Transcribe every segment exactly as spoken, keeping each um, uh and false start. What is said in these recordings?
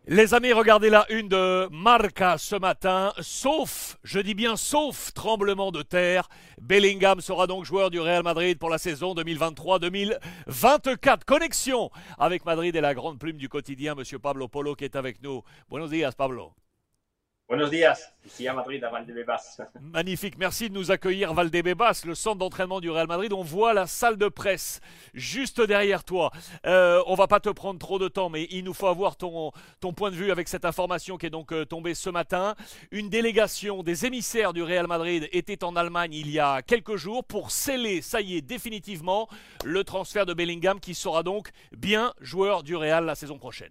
Les amis, regardez la une de Marca ce matin. Sauf, je dis bien sauf, tremblement de terre. Bellingham sera donc joueur du Real Madrid pour la saison deux mille vingt-trois deux mille vingt-quatre. Connexion avec Madrid et la grande plume du quotidien, Monsieur Pablo Polo, qui est avec nous. Buenos días, Pablo. Buenos días, ici à Madrid, à Valdebebas. Magnifique, merci de nous accueillir Valdebebas, le centre d'entraînement du Real Madrid. On voit la salle de presse juste derrière toi. Euh, on va pas te prendre trop de temps, mais il nous faut avoir ton, ton point de vue avec cette information qui est donc euh, tombée ce matin. Une délégation des émissaires du Real Madrid était en Allemagne il y a quelques jours pour sceller, ça y est, définitivement, le transfert de Bellingham qui sera donc bien joueur du Real la saison prochaine.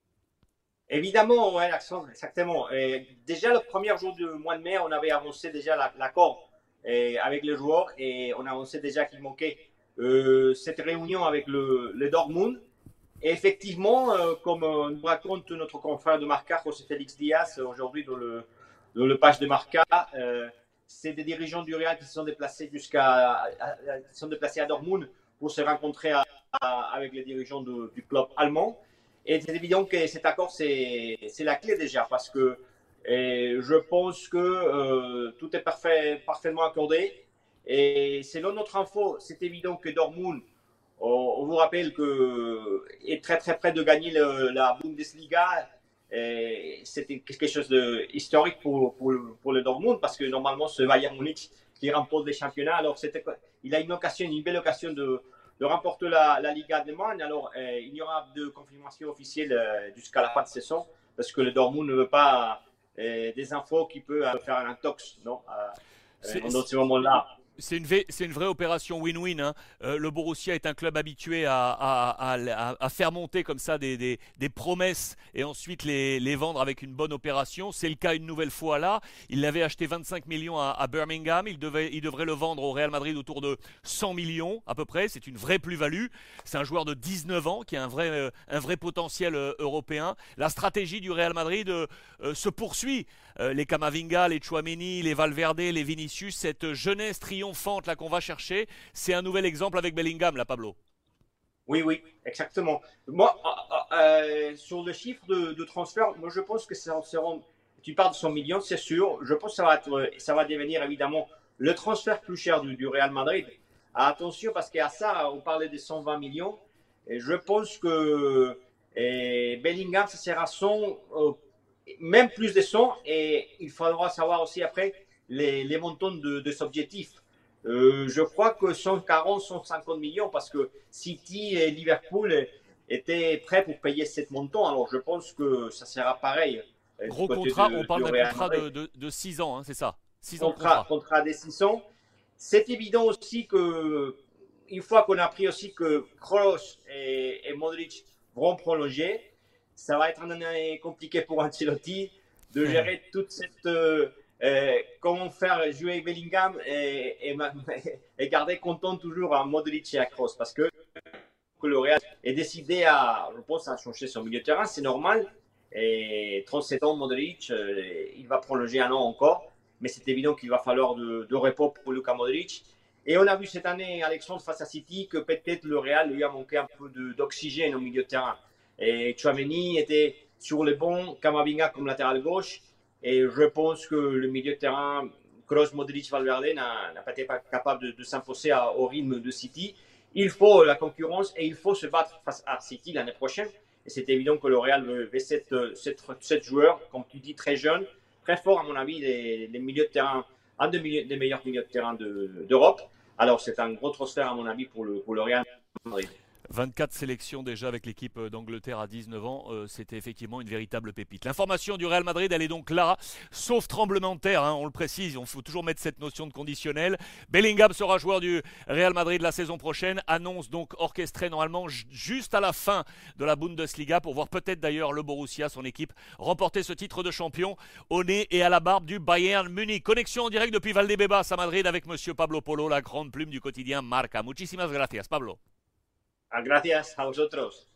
Évidemment, ouais, Alexandre, exactement. Et déjà, le premier jour du mois de mai, on avait avancé déjà l'accord avec les joueurs et on a annoncé déjà qu'il manquait euh, cette réunion avec le, le Dortmund. Et effectivement, euh, comme euh, nous raconte notre confrère de Marca, José Félix Diaz, aujourd'hui dans le, dans le page de Marca, euh, c'est des dirigeants du Real qui se sont déplacés jusqu'à, qui sont déplacés à Dortmund pour se rencontrer à, à, avec les dirigeants de, du club allemand. Et c'est évident que cet accord, c'est la clé déjà, parce que et je pense que euh, tout est parfait, parfaitement accordé. Et selon notre info, c'est évident que Dortmund, on, on vous rappelle que est très très près de gagner le, la Bundesliga. C'était quelque chose d'historique pour, pour, pour le Dortmund, parce que normalement, c'est Bayern Munich qui remporte les championnats. Alors, il a une occasion, une belle occasion de de remporter la, la Ligue allemande. Alors, euh, il y aura de confirmation officielle euh, jusqu'à la fin de saison, parce que le Dortmund ne veut pas euh, des infos qui peuvent euh, faire un intox, non euh, euh, dans ce moment-là. C'est une, une vraie opération win-win. Hein. Euh, le Borussia est un club habitué à, à, à, à faire monter comme ça des, des, des promesses et ensuite les, les vendre avec une bonne opération. C'est le cas une nouvelle fois là. Il l'avait acheté vingt-cinq millions à, à Birmingham. Il, devait, il devrait le vendre au Real Madrid autour de cent millions à peu près. C'est une vraie plus-value. C'est un joueur de dix-neuf ans qui a un vrai, euh, un vrai potentiel euh, européen. La stratégie du Real Madrid euh, euh, se poursuit. Euh, les Camavinga, les Tchouaméni, les Valverde, les Vinicius, cette jeunesse triomphante là qu'on va chercher, c'est un nouvel exemple avec Bellingham là, Pablo. Oui, oui, exactement. Moi, euh, euh, sur le chiffre de, de transfert, moi je pense que ça seront, tu parles de cent millions, c'est sûr. Je pense que ça va, être, ça va devenir évidemment le transfert plus cher du, du Real Madrid. Attention, parce qu'à ça, on parlait des cent vingt millions. Et je pense que et Bellingham, ça sera cent, euh, même plus de cent. Et il faudra savoir aussi après les, les montants de, de cet objectif. Euh, je crois que cent quarante, cent cinquante millions, parce que City et Liverpool étaient prêts pour payer cette montant. Alors je pense que ça sera pareil. Gros contrat, de, on parle d'un contrat de, de, de six ans, hein, c'est ça, six ans contrat, de contrat. Contrat des six ans. C'est évident aussi que, une fois qu'on a appris aussi que Kroos et, et Modric vont prolonger, ça va être une année compliquée pour Ancelotti de gérer toute cette... Euh, Euh, comment faire jouer Bellingham et, et, et garder content toujours à Modric et à Kroos, parce que, que le Real est décidé à, je pense, à changer son milieu de terrain, c'est normal. Et trente-sept ans, Modric, euh, il va prolonger un an encore, mais c'est évident qu'il va falloir de, de repos pour Luka Modric. Et on a vu cette année, Alexandre, face à City, que peut-être le Real lui a manqué un peu d'oxygène au milieu de terrain. Et Tchouaméni était sur le bon, Camavinga comme latéral gauche. Et je pense que le milieu de terrain, Kroos, Modric, Valverde, n'a pas été capable de, de s'imposer au rythme de City. Il faut la concurrence et il faut se battre face à City l'année prochaine. Et c'est évident que le Real veut sept, joueurs, comme tu dis, très jeunes, très forts à mon avis, les, les milieux de terrain, un des, milieux, des meilleurs milieux de terrain d'Europe. De, Alors c'est un gros transfert à mon avis pour le, pour le Real Madrid. vingt-quatre sélections déjà avec l'équipe d'Angleterre à dix-neuf ans, euh, c'était effectivement une véritable pépite. L'information du Real Madrid, elle est donc là, sauf tremblement de terre, hein, on le précise, il faut toujours mettre cette notion de conditionnel. Bellingham sera joueur du Real Madrid la saison prochaine, annonce donc orchestrée normalement juste à la fin de la Bundesliga pour voir peut-être d'ailleurs le Borussia, son équipe, remporter ce titre de champion au nez et à la barbe du Bayern Munich. Connexion en direct depuis Valdebebas à Madrid avec Monsieur Pablo Polo, la grande plume du quotidien Marca. Muchísimas gracias, Pablo. Gracias a vosotros.